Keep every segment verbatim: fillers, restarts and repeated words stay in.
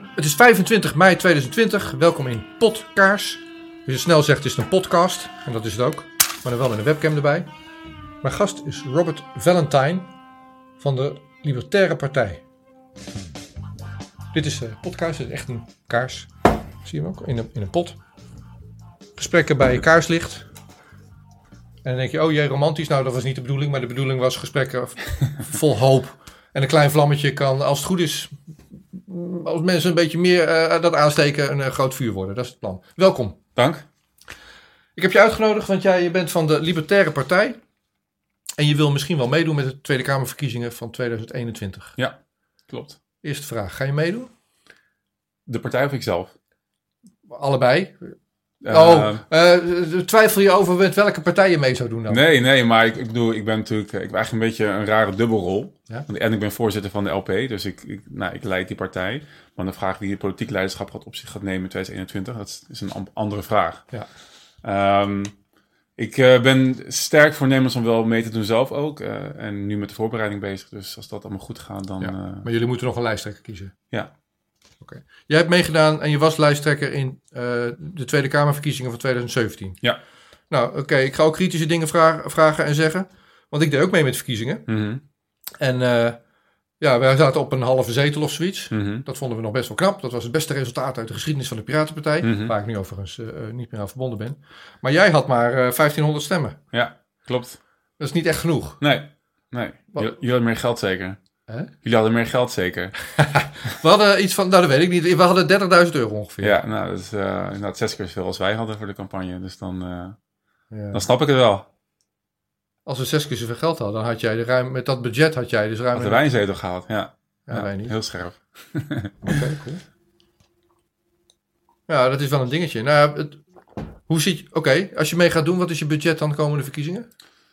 Het is vijfentwintig mei tweeduizend twintig. Welkom in Podkaars. Als je snel zegt is het een podcast. En dat is het ook. Maar dan wel met een webcam erbij. Mijn gast is Robert Valentine van de Libertaire Partij. Dit is uh, Podkaars. Het is echt een kaars. Zie je hem ook? In een, in een pot. Gesprekken bij kaarslicht. En dan denk je, oh jee, romantisch. Nou, dat was niet de bedoeling. Maar de bedoeling was gesprekken vol hoop. En een klein vlammetje kan, als het goed is, als mensen een beetje meer uh, dat aansteken, een uh, groot vuur worden. Dat is het plan. Welkom. Dank. Ik heb je uitgenodigd, want jij je bent van de Libertaire Partij. En je wil misschien wel meedoen met de Tweede Kamerverkiezingen van tweeduizend eenentwintig. Ja, klopt. Eerste vraag, ga je meedoen? De partij of ikzelf? Allebei. Uh, oh, uh, twijfel je over met welke partij je mee zou doen dan? Nee, nee, maar ik, ik bedoel, ik ben natuurlijk, ik heb eigenlijk een beetje een rare dubbelrol. Ja? En ik ben voorzitter van de L P, dus ik, ik, nou, ik leid die partij. Maar de vraag wie het politiek leiderschap gaat op zich gaat nemen in tweeduizend eenentwintig, dat is een andere vraag. Ja. Um, ik uh, ben sterk voornemens om wel mee te doen zelf ook. Uh, en nu met de voorbereiding bezig, dus als dat allemaal goed gaat, dan... Ja, uh, maar jullie moeten nog een lijsttrekker kiezen? Ja. Oké. Okay. Jij hebt meegedaan en je was lijsttrekker in uh, de Tweede Kamerverkiezingen van tweeduizend zeventien. Ja. Nou, oké, okay, ik ga ook kritische dingen vragen, vragen en zeggen. Want ik deed ook mee met verkiezingen. Mm-hmm. En uh, ja, wij zaten op een halve zetel of zoiets. Mm-hmm. Dat vonden we nog best wel knap. Dat was het beste resultaat uit de geschiedenis van de Piratenpartij. Mm-hmm. Waar ik nu overigens uh, niet meer aan verbonden ben. Maar jij had maar uh, vijftienhonderd stemmen. Ja, klopt. Dat is niet echt genoeg. Nee, nee. Jullie hadden meer geld zeker. Huh? Jullie hadden meer geld zeker. We hadden iets van, nou dat weet ik niet. We hadden dertigduizend euro ongeveer. Ja, nou dat is uh, inderdaad zes keer zoveel als wij hadden voor de campagne. Dus dan, uh, ja. dan snap ik het wel. Als we zes keer zoveel geld hadden, dan had jij de ruim, met dat budget had jij dus ruim... Had de wijnzetel gehaald, ja. Ja, ja wij niet. Heel scherp. Oké, okay, cool. Ja, dat is wel een dingetje. Nou, het, hoe ziet je... Oké, okay, als je mee gaat doen, wat is je budget dan de komende verkiezingen?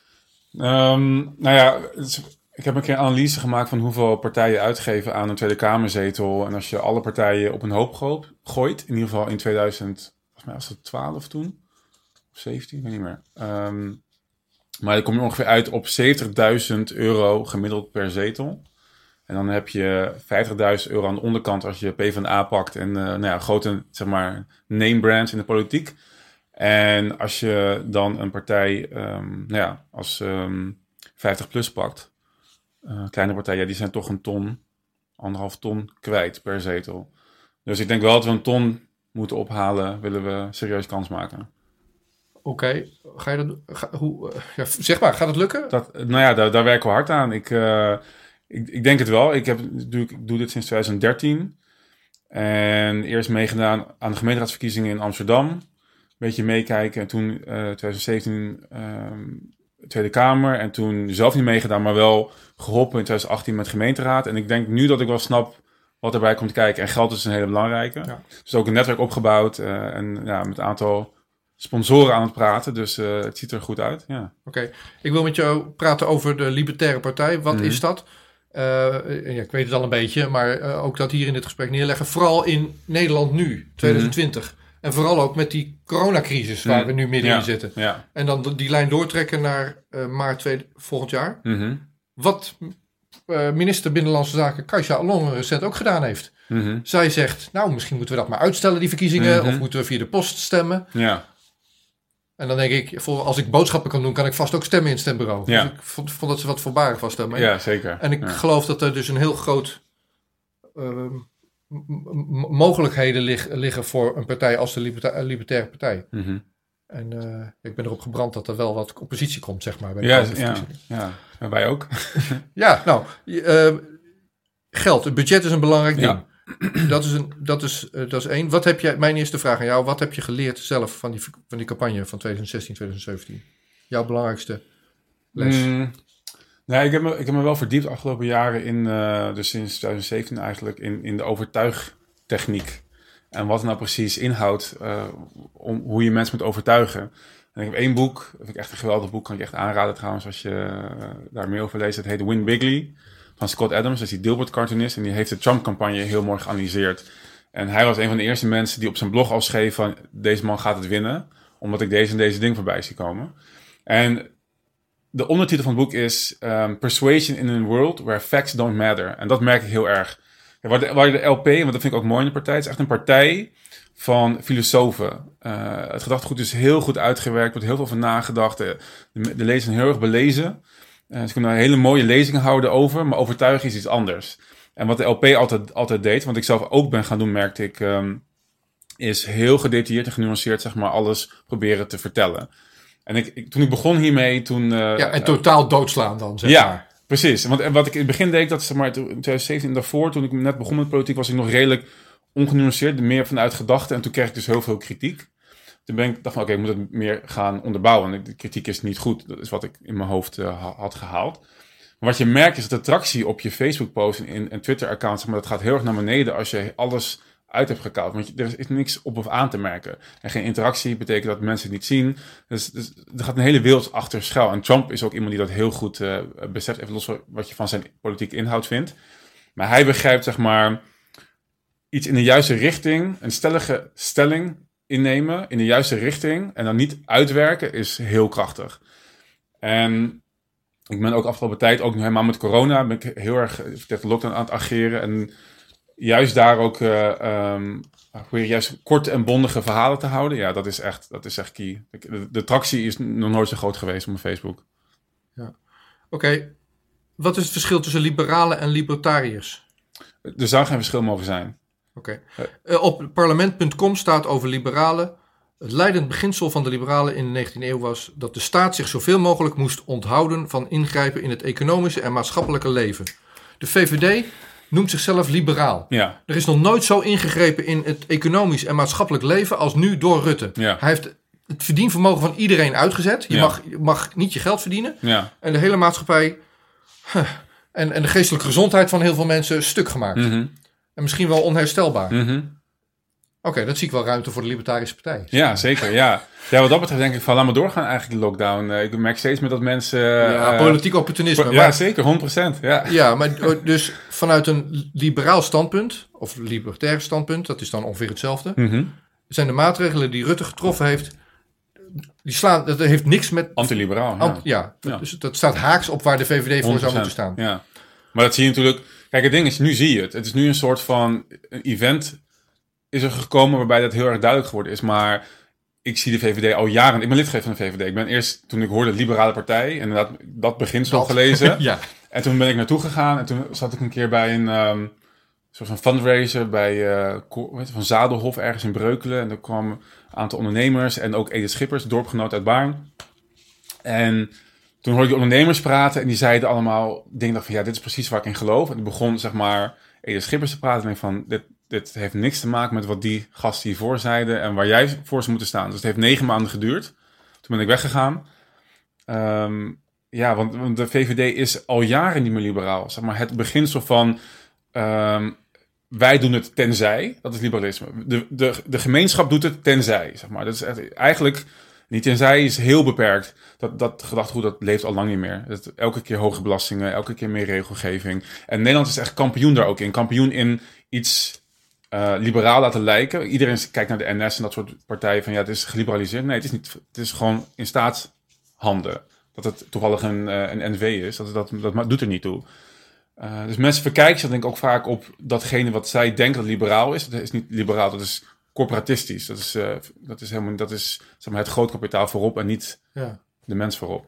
Um, nou ja, ik heb een keer een analyse gemaakt van hoeveel partijen uitgeven aan een Tweede Kamerzetel. En als je alle partijen op een hoop gooit, in ieder geval in tweeduizend, volgens mij was het twaalf toen, of zeventien, ik weet niet meer. Um, maar dan kom je ongeveer uit op zeventigduizend euro gemiddeld per zetel. En dan heb je vijftigduizend euro aan de onderkant als je PvdA pakt en uh, nou ja, grote, zeg maar, name brands in de politiek. En als je dan een partij um, nou ja, als um, vijftig plus pakt, uh, kleine partijen, ja, die zijn toch een ton, anderhalf ton kwijt per zetel. Dus ik denk wel dat we een ton moeten ophalen, willen we serieus kans maken. Oké, okay. Ga je dat, ga, hoe, uh, ja, zeg maar, gaat het lukken? Dat, nou ja, daar, daar werken we hard aan. Ik, uh, ik, ik denk het wel. Ik, heb, ik doe dit sinds tweeduizend dertien. En eerst meegedaan aan de gemeenteraadsverkiezingen in Amsterdam. Beetje meekijken. En toen uh, tweeduizend zeventien um, Tweede Kamer. En toen zelf niet meegedaan, maar wel geholpen in tweeduizend achttien met gemeenteraad. En ik denk nu dat ik wel snap wat erbij komt kijken. En geld is een hele belangrijke. Ja. Dus ook een netwerk opgebouwd. Uh, en ja, met een aantal sponsoren aan het praten. Dus uh, het ziet er goed uit. Ja. Oké, okay. Ik wil met jou praten over de Libertaire Partij. Wat mm-hmm. is dat? Uh, ja, ik weet het al een beetje, maar uh, ook dat hier in dit gesprek neerleggen. Vooral in Nederland nu, tweeduizend twintig. Mm-hmm. En vooral ook met die coronacrisis waar mm. we nu midden ja, in zitten. Ja. En dan die lijn doortrekken naar uh, maart tweede, volgend jaar. Mm-hmm. Wat uh, minister Binnenlandse Zaken Kajsa Ollongren recent ook gedaan heeft. Mm-hmm. Zij zegt, nou misschien moeten we dat maar uitstellen, die verkiezingen. Mm-hmm. Of moeten we via de post stemmen. Ja. En dan denk ik, als ik boodschappen kan doen, kan ik vast ook stemmen in het stembureau. Ja. Dus ik vond, vond dat ze wat voorbarig was daarmee. Ja, zeker. En ik ja. geloof dat er dus een heel groot... Uh, M- mogelijkheden lig- liggen voor een partij als de Liberta- Libertaire Partij. Mm-hmm. En uh, ik ben erop gebrand dat er wel wat oppositie komt, zeg maar. Bij de ja, ja, ja, ja, wij ook. ja, nou, uh, geld, het budget is een belangrijk ding. Ja. Dat is een, dat is, uh, dat is één. Wat heb je, mijn eerste vraag aan jou, wat heb je geleerd zelf van die, van die campagne van tweeduizend zestien, tweeduizend zeventien? Jouw belangrijkste les? Mm. Nee, ik heb, me, ik heb me wel verdiept de afgelopen jaren in, uh, dus sinds tweeduizend zeventien eigenlijk, in, in de overtuigtechniek. En wat het nou precies inhoudt, uh, om hoe je mensen moet overtuigen. En ik heb één boek, dat vind ik echt een geweldig boek, kan ik echt aanraden trouwens als je uh, daar meer over leest. Het heet Win Bigly, van Scott Adams, dat is die Dilbert-cartoonist. En die heeft de Trump-campagne heel mooi geanalyseerd. En hij was een van de eerste mensen die op zijn blog al schreef van, deze man gaat het winnen, omdat ik deze en deze ding voorbij zie komen. En de ondertitel van het boek is um, Persuasion in a World Where Facts Don't Matter. En dat merk ik heel erg. Ja, waar, de, waar de L P, want dat vind ik ook mooi in de partij, het is echt een partij van filosofen. Uh, het gedachtegoed is heel goed uitgewerkt, wordt heel veel van nagedacht. De, de, de lezers zijn heel erg belezen. Uh, ze kunnen hele mooie lezingen houden over, maar overtuiging is iets anders. En wat de L P altijd, altijd deed, wat ik zelf ook ben gaan doen, merkte ik, um, is heel gedetailleerd en genuanceerd, zeg maar, alles proberen te vertellen. En ik, ik, toen ik begon hiermee, toen... Uh, ja, en totaal doodslaan dan, zeg ja, maar. Precies. Want wat ik in het begin deed, dat zeg maar, in twintig zeventien daarvoor, toen ik net begon met politiek, was ik nog redelijk ongenuanceerd, meer vanuit gedachten. En toen kreeg ik dus heel veel kritiek. Toen ben ik dacht van, oké, okay, ik moet het meer gaan onderbouwen. Want de kritiek is niet goed. Dat is wat ik in mijn hoofd uh, had gehaald. Maar wat je merkt is dat de tractie op je Facebook-post en, en Twitter-account, zeg maar, dat gaat heel erg naar beneden als je alles uit hebt gekaald. Want je, er is niks op of aan te merken. En geen interactie betekent dat mensen het niet zien. Dus, dus er gaat een hele wereld achter schuil. En Trump is ook iemand die dat heel goed uh, beseft. Even los van wat je van zijn politieke inhoud vindt. Maar hij begrijpt, zeg maar, iets in de juiste richting, een stellige stelling innemen in de juiste richting en dan niet uitwerken is heel krachtig. En ik ben ook afgelopen tijd, ook helemaal met corona, ben ik heel erg tegen de lockdown aan het ageren en juist daar ook uh, um, probeer juist korte en bondige verhalen te houden. Ja, dat is echt, dat is echt key. De, de tractie is nog nooit zo groot geweest op mijn Facebook. Ja. Oké, okay. Wat is het verschil tussen liberalen en libertariërs? Er zou geen verschil mogen zijn. Oké. Okay. Uh, op parlement punt com staat over liberalen. Het leidend beginsel van de liberalen in de negentiende eeuw was dat de staat zich zoveel mogelijk moest onthouden van ingrijpen in het economische en maatschappelijke leven. De V V D noemt zichzelf liberaal. Ja. Er is nog nooit zo ingegrepen in het economisch en maatschappelijk leven als nu door Rutte. Ja. Hij heeft het verdienvermogen van iedereen uitgezet. Je, ja. mag, je mag niet je geld verdienen. Ja. En de hele maatschappij huh, en, en de geestelijke gezondheid van heel veel mensen stuk gemaakt. Mm-hmm. En misschien wel onherstelbaar. Mm-hmm. Oké, okay, dat zie ik wel ruimte voor de Libertarische Partij. Ja, zeker. Ja. Ja, wat dat betreft denk ik van, laat maar doorgaan eigenlijk de lockdown. Uh, ik merk steeds meer dat mensen... Uh, ja, politiek opportunisme. Po- maar, ja, zeker, honderd procent. Ja. ja, maar dus vanuit een liberaal standpunt, of libertair standpunt, dat is dan ongeveer hetzelfde, Mm-hmm. zijn de maatregelen die Rutte getroffen heeft, die slaan, dat heeft niks met... Antiliberaal, ja. Ant, ja, ja. Dus dat staat haaks op waar de V V D voor zou moeten staan. Ja. Maar dat zie je natuurlijk... Kijk, het ding is, nu zie je het. Het is nu een soort van een event is er gekomen waarbij dat heel erg duidelijk geworden is. Maar ik zie de V V D al jaren... Ik ben lid geweest van de V V D. Ik ben eerst, toen ik hoorde Liberale Partij, inderdaad dat beginsel dat. gelezen. Ja. En toen ben ik naartoe gegaan en toen zat ik een keer bij een um, soort van fundraiser bij uh, Van Zadelhof ergens in Breukelen. En er kwamen een aantal ondernemers en ook Edith Schippers, dorpgenoot uit Baarn. En toen hoorde ik de ondernemers praten en die zeiden allemaal dingen. Dacht van ja, dit is precies waar ik in geloof. En toen begon zeg maar Edith Schippers te praten en ik van dit, dit heeft niks te maken met wat die gasten hiervoor zeiden en waar jij voor ze moeten staan. Dus het heeft negen maanden geduurd. Toen ben ik weggegaan. Um, ja, want, want de V V D is al jaren niet meer liberaal. Zeg maar het beginsel van um, wij doen het tenzij, dat is liberalisme. De, de, de gemeenschap doet het tenzij, zeg maar. Dat is echt, eigenlijk niet tenzij is heel beperkt. Dat, dat gedachtegoed dat leeft al lang niet meer. Dat, elke keer hoge belastingen, elke keer meer regelgeving. En Nederland is echt kampioen daar ook in. Kampioen in iets uh, liberaal laten lijken. Iedereen kijkt naar de N S en dat soort partijen van ja, het is geliberaliseerd. Nee, het is niet. Het is gewoon in staatshanden. Dat het toevallig een, uh, een N V is, dat, dat, dat doet er niet toe. Uh, dus mensen verkijken zich denk ik ook vaak op datgene wat zij denken dat liberaal is. Dat is niet liberaal, dat is corporatistisch. Dat is, uh, dat is, helemaal, dat is zeg maar, het grootkapitaal voorop en niet ja. de mens voorop.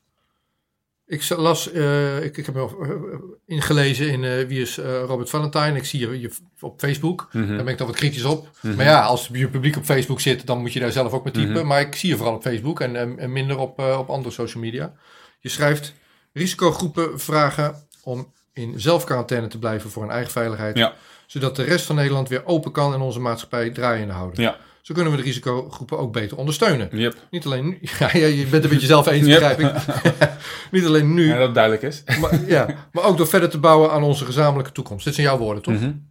Ik las, uh, ik, ik heb me ingelezen in uh, wie is uh, Robert Valentine. Ik zie je, je op Facebook. Mm-hmm. Daar ben ik dan wat kritisch op. Mm-hmm. Maar ja, als je publiek op Facebook zit, dan moet je daar zelf ook mee typen. Mm-hmm. Maar ik zie je vooral op Facebook en, uh, en minder op, uh, op andere social media. Je schrijft, risicogroepen vragen om in zelfquarantaine te blijven voor hun eigen veiligheid. Ja. Zodat de rest van Nederland weer open kan en onze maatschappij draaiende houden. Ja. Zo kunnen we de risicogroepen ook beter ondersteunen. Yep. Niet alleen nu. Ja, je bent het met jezelf eens, yep. begrijp ik. Niet alleen nu. Ja, dat duidelijk is. Maar, ja, maar ook door verder te bouwen aan onze gezamenlijke toekomst. Dit zijn jouw woorden, toch? Mm-hmm.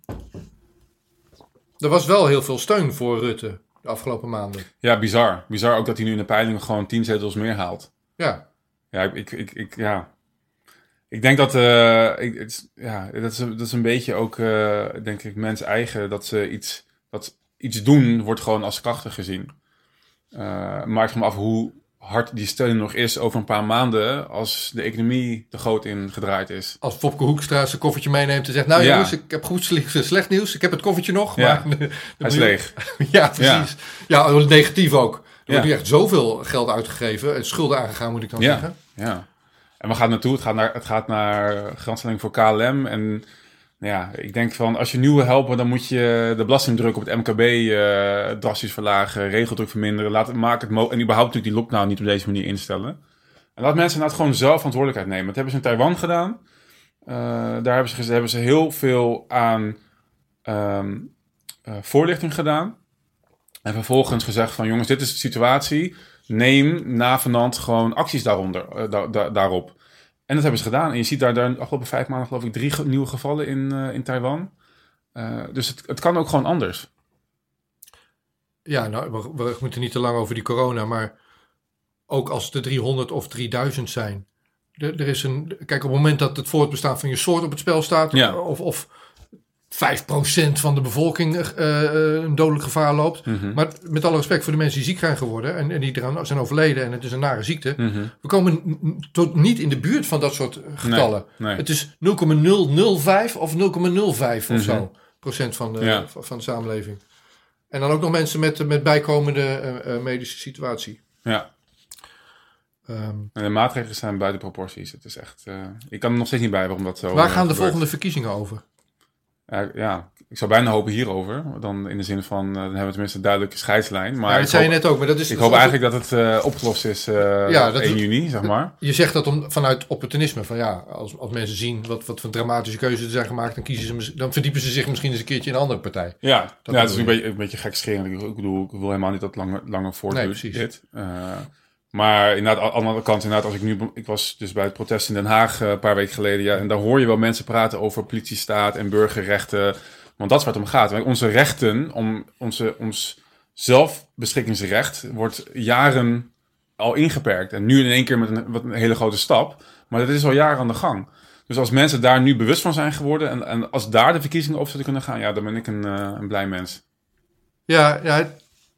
Er was wel heel veel steun voor Rutte de afgelopen maanden. Ja, bizar. Bizar ook dat hij nu in de peilingen gewoon tien zetels meer haalt. Ja. Ja, ik, ik, ik, ja. ik denk dat, uh, ik, het, ja, dat, is, dat is een beetje ook, uh, denk ik, mens eigen. Dat ze iets... Dat, Iets doen wordt gewoon als krachtig gezien. Uh, maar ik vraag me af hoe hard die steun nog is over een paar maanden als de economie de goot in gedraaid is. Als Fopke Hoekstra zijn koffertje meeneemt en zegt, nou Ja. jongens, ik heb goed slecht, slecht nieuws. Ik heb het koffertje nog. Ja. Maar, Hij is leeg. Ja, precies. Ja, ja negatief ook. Er Ja. wordt nu echt zoveel geld uitgegeven. En schulden aangegaan, moet ik dan Ja. zeggen. Ja. En we gaan naartoe. Het gaat naar, het gaat naar garantstelling voor K L M. En nou ja, ik denk van, als je nu wil helpen, dan moet je de belastingdruk op het M K B uh, drastisch verlagen, regeldruk verminderen. Laat het, maak het mo- en überhaupt natuurlijk die lockdown niet op deze manier instellen. En laat mensen nou gewoon zelf verantwoordelijkheid nemen. Dat hebben ze in Taiwan gedaan. Uh, daar hebben ze, hebben ze heel veel aan um, uh, voorlichting gedaan. En vervolgens gezegd van, jongens, dit is de situatie. Neem navenant gewoon acties daaronder, uh, da- da- daarop. En dat hebben ze gedaan. En je ziet daar, daar de afgelopen vijf maanden geloof ik drie ge- nieuwe gevallen in, uh, in Taiwan. Uh, dus het, het kan ook gewoon anders. Ja, nou, we, we moeten niet te lang over die corona, maar ook als het er driehonderd of drieduizend zijn. Er, er is een, kijk, op het moment dat het voortbestaan van je soort op het spel staat, Ja. of, of vijf procent van de bevolking uh, een dodelijk gevaar loopt. Mm-hmm. Maar met alle respect voor de mensen die ziek zijn geworden en, en die eraan zijn overleden en het is een nare ziekte. Mm-hmm. We komen n- tot niet in de buurt van dat soort getallen. Nee, nee. Het is nul komma nul nul vijf of nul komma nul vijf of Mm-hmm. zo procent van de, Ja. van de samenleving. En dan ook nog mensen met, met bijkomende uh, uh, medische situatie. Ja. Um, En de maatregelen zijn buiten proporties. Het is echt, uh, ik kan er nog steeds niet bij waarom dat zo waar uh, gaan de gebeurt. volgende verkiezingen over? Uh, ja, ik zou bijna hopen hierover. Dan in de zin van, uh, dan hebben we tenminste een duidelijke scheidslijn. Maar Ja, dat ik zei hoop, je net ook. Maar dat is, ik hoop eigenlijk dat het uh, opgelost is uh, Ja, dat één is- juni, zeg maar. Je zegt dat om, vanuit opportunisme. Van ja, als, als mensen zien wat, wat voor dramatische keuzes er zijn gemaakt, dan, kiezen ze, mis- dan verdiepen ze zich misschien eens een keertje in een andere partij. Ja, Dat ja het is een bedoel beetje, een beetje gekscherend. Ik, ik bedoel, ik wil helemaal niet dat het langer, langer voortduurt. Nee, precies. Dit. Uh, maar inderdaad, aan de andere kant, inderdaad, als ik nu, ik was dus bij het protest in Den Haag uh, een paar weken geleden, ja, en daar hoor je wel mensen praten over politiestaat en burgerrechten. Want dat is waar het om gaat. Wij- Onze rechten, om onze, ons zelfbeschikkingsrecht, wordt jaren al ingeperkt. En nu in één keer met een, wat een hele grote stap. Maar dat is al jaren aan de gang. Dus als mensen daar nu bewust van zijn geworden, en, en als daar de verkiezingen op zouden kunnen gaan, ja, dan ben ik een, uh, een blij mens. Ja, ja, het-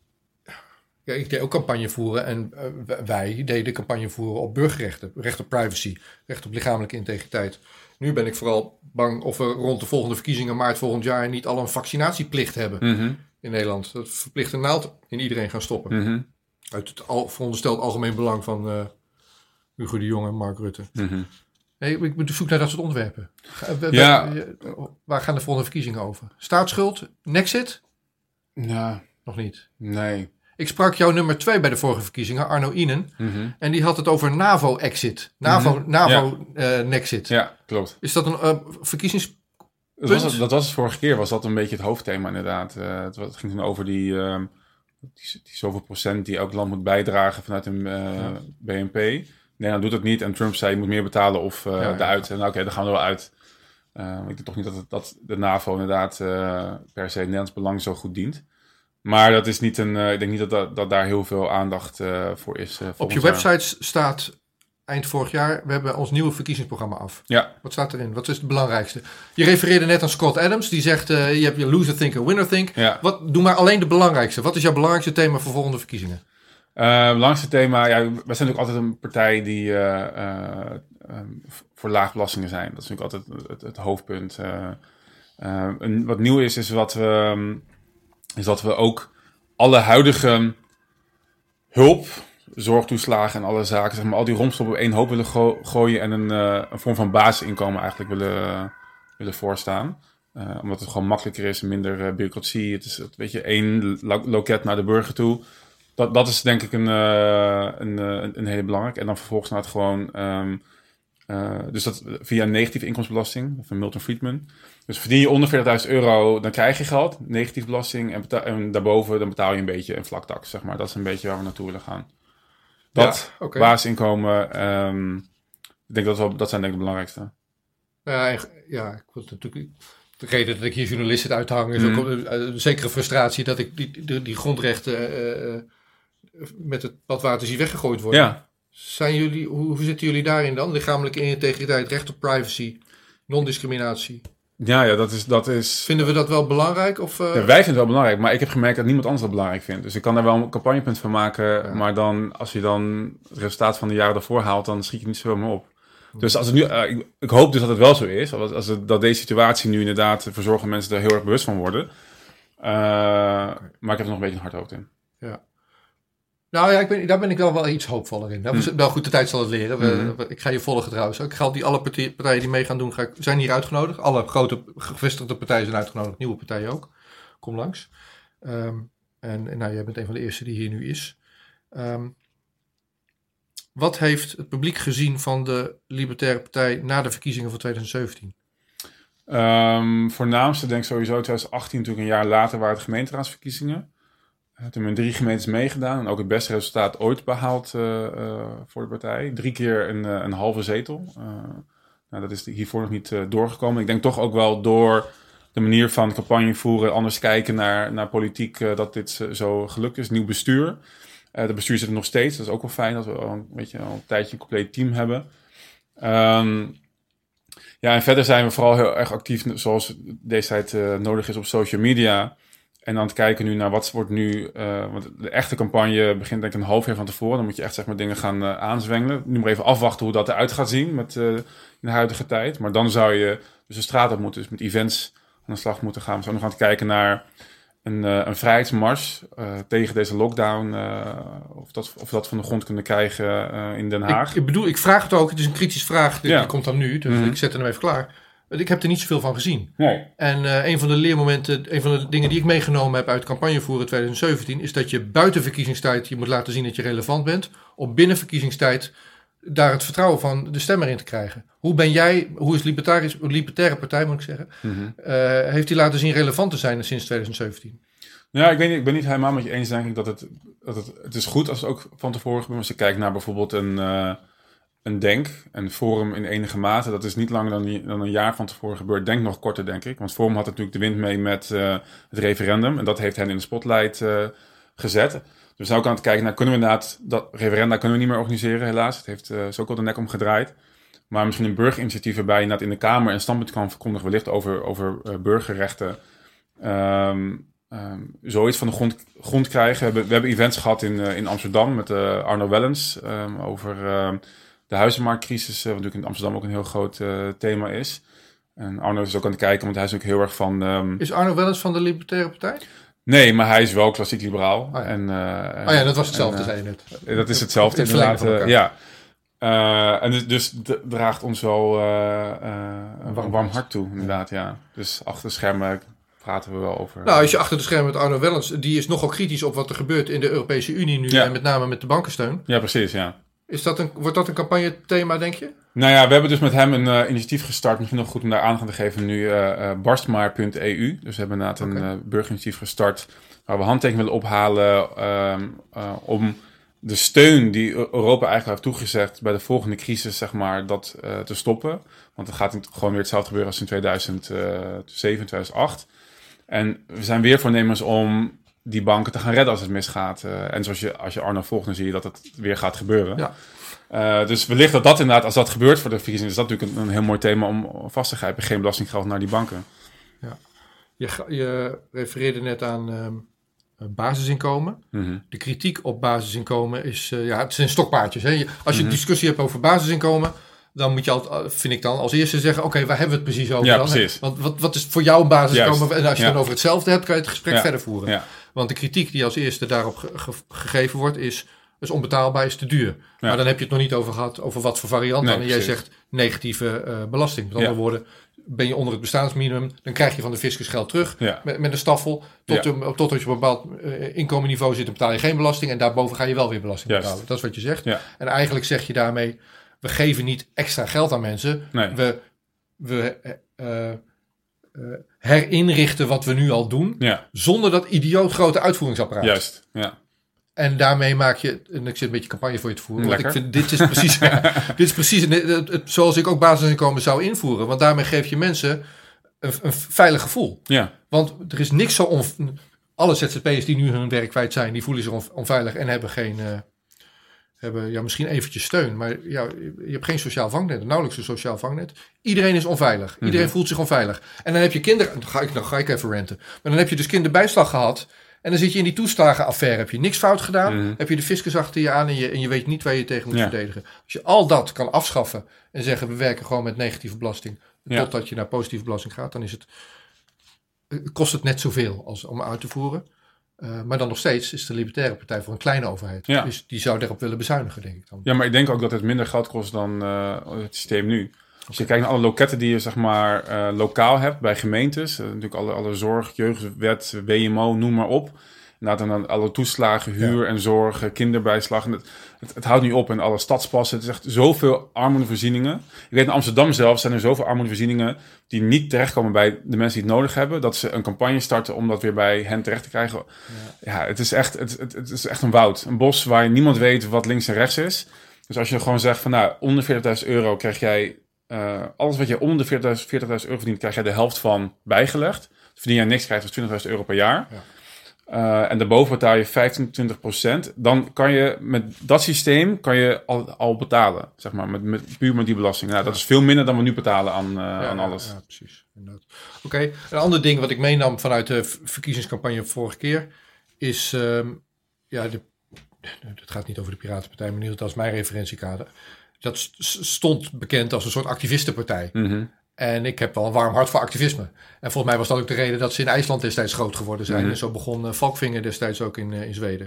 ja, ik deed ook campagne voeren en uh, w- wij deden campagne voeren op burgerrechten. Recht op privacy, recht op lichamelijke integriteit. Nu ben ik vooral bang of we rond de volgende verkiezingen maart volgend jaar niet al een vaccinatieplicht hebben Mm-hmm. in Nederland. Dat verplicht een naald in iedereen gaan stoppen. Mm-hmm. Uit het al, verondersteld algemeen belang van uh, Hugo de Jonge en Mark Rutte. Mm-hmm. Nee, ik ben op zoek naar dat soort onderwerpen. Ga- we- we- Ja. we- Waar gaan de volgende verkiezingen over? Staatsschuld? Nexit? Ja, Nog niet. nee. Ik sprak jouw nummer twee bij de vorige verkiezingen, Arno Inen. Mm-hmm. En die had het over NAVO-exit. NAVO, Mhm. NAVO-nexit. Ja, klopt. Is dat een uh, verkiezings... Dat was, het, dat was het vorige keer, was dat een beetje het hoofdthema inderdaad. Uh, het, was- het ging toen over die, uh, die, die zoveel procent die elk land moet bijdragen vanuit een uh, Ja. B N P. Nederland doet dat niet en Trump zei je moet meer betalen of uh, Ja, ja. eruit. En nou, oké, okay, dan gaan we er wel uit. Uh, ik denk toch niet dat, het, dat de NAVO inderdaad uh, per se Nederlands belang zo goed dient. Maar dat is niet een, uh, ik denk niet dat, dat, dat daar heel veel aandacht uh, voor is. Uh, Op je jaar. website staat eind vorig jaar, we hebben ons nieuwe verkiezingsprogramma af. Ja. Wat staat erin? Wat is het belangrijkste? Je refereerde net aan Scott Adams. Die zegt, uh, je hebt je loser think en winner think. Ja. Wat, doe maar alleen de belangrijkste. Wat is jouw belangrijkste thema voor volgende verkiezingen? Uh, belangrijkste thema, ja, wij zijn natuurlijk altijd een partij die uh, uh, um, voor laagbelastingen zijn. Dat is natuurlijk altijd het, het hoofdpunt. Uh, uh, en wat nieuw is, is, wat we, um, is dat we ook alle huidige hulp, zorgtoeslagen en alle zaken, zeg maar, al die rompslop op één hoop willen go- gooien en een, uh, een vorm van basisinkomen eigenlijk willen, willen voorstaan. Uh, omdat het gewoon makkelijker is, minder uh, bureaucratie. Het is, het, weet je, één lo- loket naar de burger toe. Dat, dat is denk ik een, uh, een, uh, een hele belangrijke. En dan vervolgens naar het gewoon... Um, uh, dus dat via een negatieve inkomstenbelasting van Milton Friedman. Dus verdien je onder veertigduizend euro, dan krijg je geld. Negatieve belasting. En, beta- en daarboven dan betaal je een beetje een vlak tax, zeg maar. Dat is een beetje waar we naartoe willen gaan. Dat, Ja, okay. basisinkomen. Um, ik denk dat, wel, dat zijn denk ik de belangrijkste. Ja, en, ja, ik wil natuurlijk... De reden dat ik hier journalist zit uithangen is Mm. ook een, een zekere frustratie dat ik die, die, die grondrechten uh, met het badwater zie weggegooid worden. Ja. Zijn jullie, hoe, hoe zitten jullie daarin dan? Lichamelijke integriteit, recht op privacy, non-discriminatie. Ja, ja dat, is, dat is... Vinden we dat wel belangrijk? Of, uh... ja, wij vinden het wel belangrijk, maar ik heb gemerkt dat niemand anders dat belangrijk vindt. Dus ik kan daar wel een campagnepunt van maken, ja. maar dan, als je dan het resultaat van de jaren daarvoor haalt, dan schiet je niet zoveel meer op. Dus als het nu, uh, ik, ik hoop dus dat het wel zo is. Als, als het, dat deze situatie nu inderdaad voor zorgen mensen er heel erg bewust van worden. Uh, okay. Maar ik heb er nog een beetje een hard hoofd in. Ja. Nou ja, ik ben, daar ben ik wel, wel iets hoopvoller in. Dat is mm. wel goed, de tijd zal het leren. We, Mm-hmm. Ik ga je volgen trouwens. Ik ga die alle partijen die mee gaan doen, ga ik, zijn hier uitgenodigd. Alle grote gevestigde partijen zijn uitgenodigd. Nieuwe partijen ook. Kom langs. Um, en, en nou, jij bent een van de eerste die hier nu is. Um, wat heeft het publiek gezien van de Libertaire Partij na de verkiezingen van twintig zeventien? Um, voornaamste denk ik sowieso twintig achttien, natuurlijk een jaar later waren het gemeenteraadsverkiezingen. Toen hebben we in drie gemeentes meegedaan en ook het beste resultaat ooit behaald uh, uh, voor de partij. Drie keer een, uh, een halve zetel. Uh, nou, dat is hiervoor nog niet uh, doorgekomen. Ik denk toch ook wel door de manier van campagne voeren, anders kijken naar, naar politiek, uh, dat dit uh, zo gelukt is. Nieuw bestuur. Uh, de bestuur zit er nog steeds. Dat is ook wel fijn dat we al een, beetje, al een tijdje een compleet team hebben. Um, ja, en verder zijn we vooral heel erg actief, zoals deze tijd uh, nodig is, op social media. En aan het kijken nu naar wat wordt nu... Uh, want de echte campagne begint denk ik een half jaar van tevoren. Dan moet je echt zeg maar dingen gaan uh, aanzwengelen. Nu maar even afwachten hoe dat eruit gaat zien met, uh, in de huidige tijd. Maar dan zou je dus de straat op moeten, dus met events aan de slag moeten gaan. We zijn nog aan het kijken naar een, uh, een vrijheidsmars uh, tegen deze lockdown. Uh, of, dat, of we dat van de grond kunnen krijgen uh, in Den Haag. Ik, ik bedoel, ik vraag het ook. Het is een kritische vraag. Die, ja. die komt dan nu, dus mm-hmm. ik zet hem even klaar. Ik heb er niet zoveel van gezien. Nee. En uh, een van de leermomenten, een van de dingen die ik meegenomen heb uit campagnevoeren twintig zeventien... is dat je buiten verkiezingstijd je moet laten zien dat je relevant bent. Om binnen verkiezingstijd daar het vertrouwen van de stemmer in te krijgen. Hoe ben jij, hoe is de Libertaire Partij, moet ik zeggen, mm-hmm. uh, heeft die laten zien relevant te zijn sinds twintig zeventien? Ja, ik, weet niet, ik ben niet helemaal met je eens, denk ik, dat het, dat het, het is goed als het ook van tevoren gebeurt. Als je kijkt naar bijvoorbeeld een... Uh, Een denk, een Forum in enige mate, dat is niet langer dan, die, dan een jaar van tevoren gebeurd. Denk nog korter, denk ik. Want Forum had natuurlijk de wind mee met uh, het referendum. En dat heeft hen in de spotlight uh, gezet. Dus we zijn ook aan het kijken naar, kunnen we inderdaad... Dat referenda kunnen we niet meer organiseren, helaas. Het heeft uh, zo ook al de nek omgedraaid. Maar misschien een burgerinitiatief waarbij je inderdaad in de Kamer een standpunt kan verkondigen, wellicht over, over uh, burgerrechten. Um, um, zoiets van de grond, grond krijgen. We hebben, we hebben events gehad in, uh, in Amsterdam met uh, Arno Wellens um, over... Uh, de huizenmarktcrisis, wat natuurlijk in Amsterdam ook een heel groot uh, thema is. En Arno is ook aan het kijken, want hij is ook heel erg van... Um... Is Arno wel eens van de Libertaire Partij? Nee, maar hij is wel klassiek liberaal. Oh ja, en, uh, oh ja dat was hetzelfde, en, uh, zei je net. Dat is hetzelfde, het inderdaad. Uh, ja. Uh, en dus, dus d- draagt ons wel uh, uh, een warm, warm hart toe, inderdaad, ja. Dus achter de schermen praten we wel over... Nou, als je achter de schermen met Arno Wellens... die is nogal kritisch op wat er gebeurt in de Europese Unie nu... Ja. en met name met de bankensteun. Ja, precies, ja. Is dat een, wordt dat een campagnethema, denk je? Nou ja, we hebben dus met hem een uh, initiatief gestart. Misschien nog goed om daar aandacht aan te geven nu. Uh, uh, barstmaar punt e u. Dus we hebben inderdaad een okay. uh, burgerinitiatief gestart... waar we handtekeningen willen ophalen... Uh, uh, om de steun die Europa eigenlijk heeft toegezegd... bij de volgende crisis, zeg maar, dat uh, te stoppen. Want het gaat gewoon weer hetzelfde gebeuren als in tweeduizend zeven, tweeduizend acht. En we zijn weer voornemens om... die banken te gaan redden als het misgaat. Uh, en zoals je, als je Arno volgt, dan zie je dat het weer gaat gebeuren. Ja. Uh, dus wellicht dat dat inderdaad, als dat gebeurt voor de verkiezingen, is dat natuurlijk een, een heel mooi thema om vast te grijpen. Geen belastinggeld naar die banken. Ja. Je, je refereerde net aan um, basisinkomen. Mm-hmm. De kritiek op basisinkomen is, uh, ja, het zijn stokpaardjes. Hè? Je, als je mm-hmm. een discussie hebt over basisinkomen, dan moet je altijd, vind ik dan, als eerste zeggen, oké, okay, waar hebben we het precies over ja, dan? Precies. Want wat, wat is voor jou basisinkomen? Juist. En als je ja. dan over hetzelfde hebt, kan je het gesprek ja. verder voeren. Ja. Want de kritiek die als eerste daarop ge- ge- gegeven wordt, is, is onbetaalbaar, is te duur. Ja. Maar dan heb je het nog niet over gehad, over wat voor variant dan. Nee, en jij zegt negatieve uh, belasting. Met andere ja. woorden, ben je onder het bestaansminimum, dan krijg je van de fiscus geld terug ja. met, met een staffel. Tot, ja. um, tot als je op een bepaald uh, inkomenniveau zit, dan betaal je geen belasting. En daarboven ga je wel weer belasting Juist. betalen. Dat is wat je zegt. Ja. En eigenlijk zeg je daarmee, we geven niet extra geld aan mensen. Nee. We, we uh, uh, herinrichten wat we nu al doen. Ja. Zonder dat idioot grote uitvoeringsapparaat. Juist, ja. En daarmee maak je, en ik zit een beetje campagne voor je te voeren. Lekker. Want ik vind, dit is precies, dit is precies het, het, het, zoals ik ook basisinkomen zou invoeren. Want daarmee geef je mensen een, een veilig gevoel. Ja. Want er is niks zo on, alle Z Z P'ers die nu hun werk kwijt zijn, die voelen zich on, onveilig en hebben geen, uh, hebben ja, misschien eventjes steun. Maar ja, je hebt geen sociaal vangnet. Nauwelijks een sociaal vangnet. Iedereen is onveilig. Mm-hmm. Iedereen voelt zich onveilig. En dan heb je kinderen... Dan ga ik, dan ga ik even ranten. Maar dan heb je dus kinderbijslag gehad. En dan zit je in die toeslagenaffaire. Heb je niks fout gedaan. Mm-hmm. Heb je de fiscus achter je aan. En je, en je weet niet waar je, je tegen moet ja. verdedigen. Als je al dat kan afschaffen. En zeggen we werken gewoon met negatieve belasting. Ja. Totdat je naar positieve belasting gaat. Dan is het... kost het net zoveel als om uit te voeren. Uh, maar dan nog steeds is de Libertaire Partij voor een kleine overheid. Ja. Dus die zou daarop willen bezuinigen, denk ik dan. Ja, maar ik denk ook dat het minder geld kost dan uh, het systeem nu. Als je kijkt naar alle loketten die je zeg maar uh, lokaal hebt bij gemeentes. Uh, natuurlijk alle, alle zorg, jeugdwet, W M O, noem maar op. Inderdaad, dan alle toeslagen, huur ja. en zorg, kinderbijslag. Het, het, het houdt niet op in alle stadspassen. Het is echt zoveel armoedevoorzieningen. Ik weet in Amsterdam zelf zijn er zoveel armoedevoorzieningen die niet terechtkomen bij de mensen die het nodig hebben. Dat ze een campagne starten om dat weer bij hen terecht te krijgen. Ja, ja het, is echt, het, het, het is echt een woud. Een bos waar niemand weet wat links en rechts is. Dus als je gewoon zegt van nou, onder veertigduizend euro krijg jij... Uh, alles wat je onder de veertigduizend euro verdient, krijg jij de helft van bijgelegd. Dus verdien jij niks, krijg je twintigduizend euro per jaar. Ja. Uh, en daarboven betaal je vijfentwintig procent. Dan kan je met dat systeem kan je al, al betalen, zeg maar, met, met, puur met die belasting. Nou, dat is veel minder dan we nu betalen aan, uh, ja, aan alles. Ja, ja precies. Oké, okay. Een ander ding wat ik meenam vanuit de verkiezingscampagne vorige keer is, um, ja, de, het gaat niet over de Piratenpartij, maar niet, dat is mijn referentiekader. Dat stond bekend als een soort activistenpartij. Mm-hmm. En ik heb wel een warm hart voor activisme. En volgens mij was dat ook de reden dat ze in IJsland destijds groot geworden zijn. Mm-hmm. En zo begon uh, Valkvinger destijds ook in, uh, in Zweden.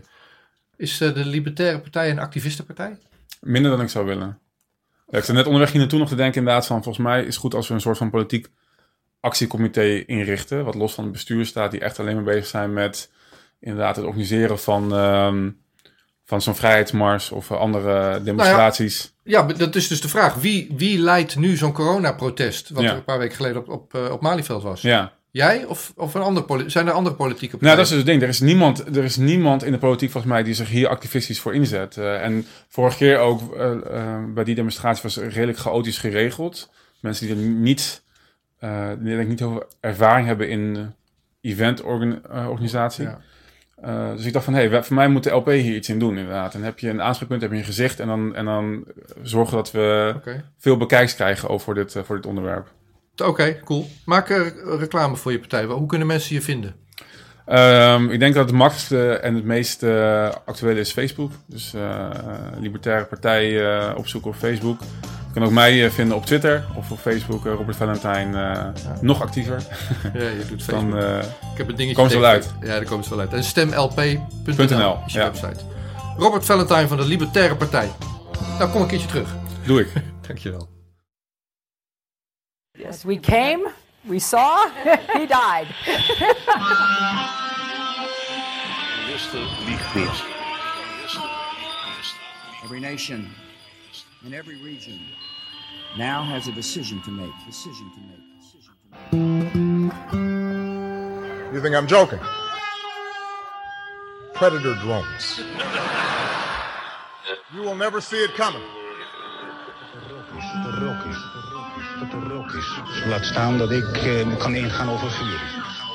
Is uh, de Libertaire Partij een activistenpartij? Minder dan ik zou willen. Ja, ik zat net onderweg hier naartoe nog te denken inderdaad van... volgens mij is het goed als we een soort van politiek actiecomité inrichten... wat los van het bestuur staat... die echt alleen maar bezig zijn met inderdaad het organiseren van... Um, van zo'n vrijheidsmars of andere demonstraties. Nou ja, ja, dat is dus de vraag. Wie, wie leidt nu zo'n coronaprotest... wat ja. er een paar weken geleden op, op, op Malieveld was? Ja. Jij of, of een andere poli- zijn er andere politieke partijen? Nou, dat is dus het ding. Er is, niemand, er is niemand in de politiek volgens mij... die zich hier activistisch voor inzet. Uh, en vorige keer ook uh, uh, bij die demonstratie... was het redelijk chaotisch geregeld. Mensen die er niet... Uh, die denk ik niet heel veel ervaring hebben in eventorganisatie... Ja. Uh, dus ik dacht van, hé, hey, voor mij moet de L P hier iets in doen inderdaad. En heb je een aanspreekpunt, heb je een gezicht... en dan, en dan zorgen dat we okay. veel bekijks krijgen over dit, uh, voor dit onderwerp. Oké, okay, cool. Maak uh, reclame voor je partij. Hoe kunnen mensen je vinden? Um, ik denk dat het makkelijkste en het meest uh, actuele is Facebook. Dus uh, Libertaire Partij uh, opzoeken op Facebook. Je kan ook mij uh, vinden op Twitter of op Facebook. Uh, Robert Valentine, uh, ja. nog actiever. Ja, je doet Facebook. Dan uh, ik heb een dingetje komen ze wel uit. Ja, daar komen ze wel uit. En stemlp punt n l is je ja. website. Robert Valentine van de Libertaire Partij. Nou, kom een keertje terug. Doe ik. Dankjewel. Yes, we came, we saw, he died. Every nation in every region now has a decision to make. Decision to make. Decision to make. You think I'm joking? Predator drones. You will never see it coming. Laat staan dat ik uh, kan ingaan over vuur.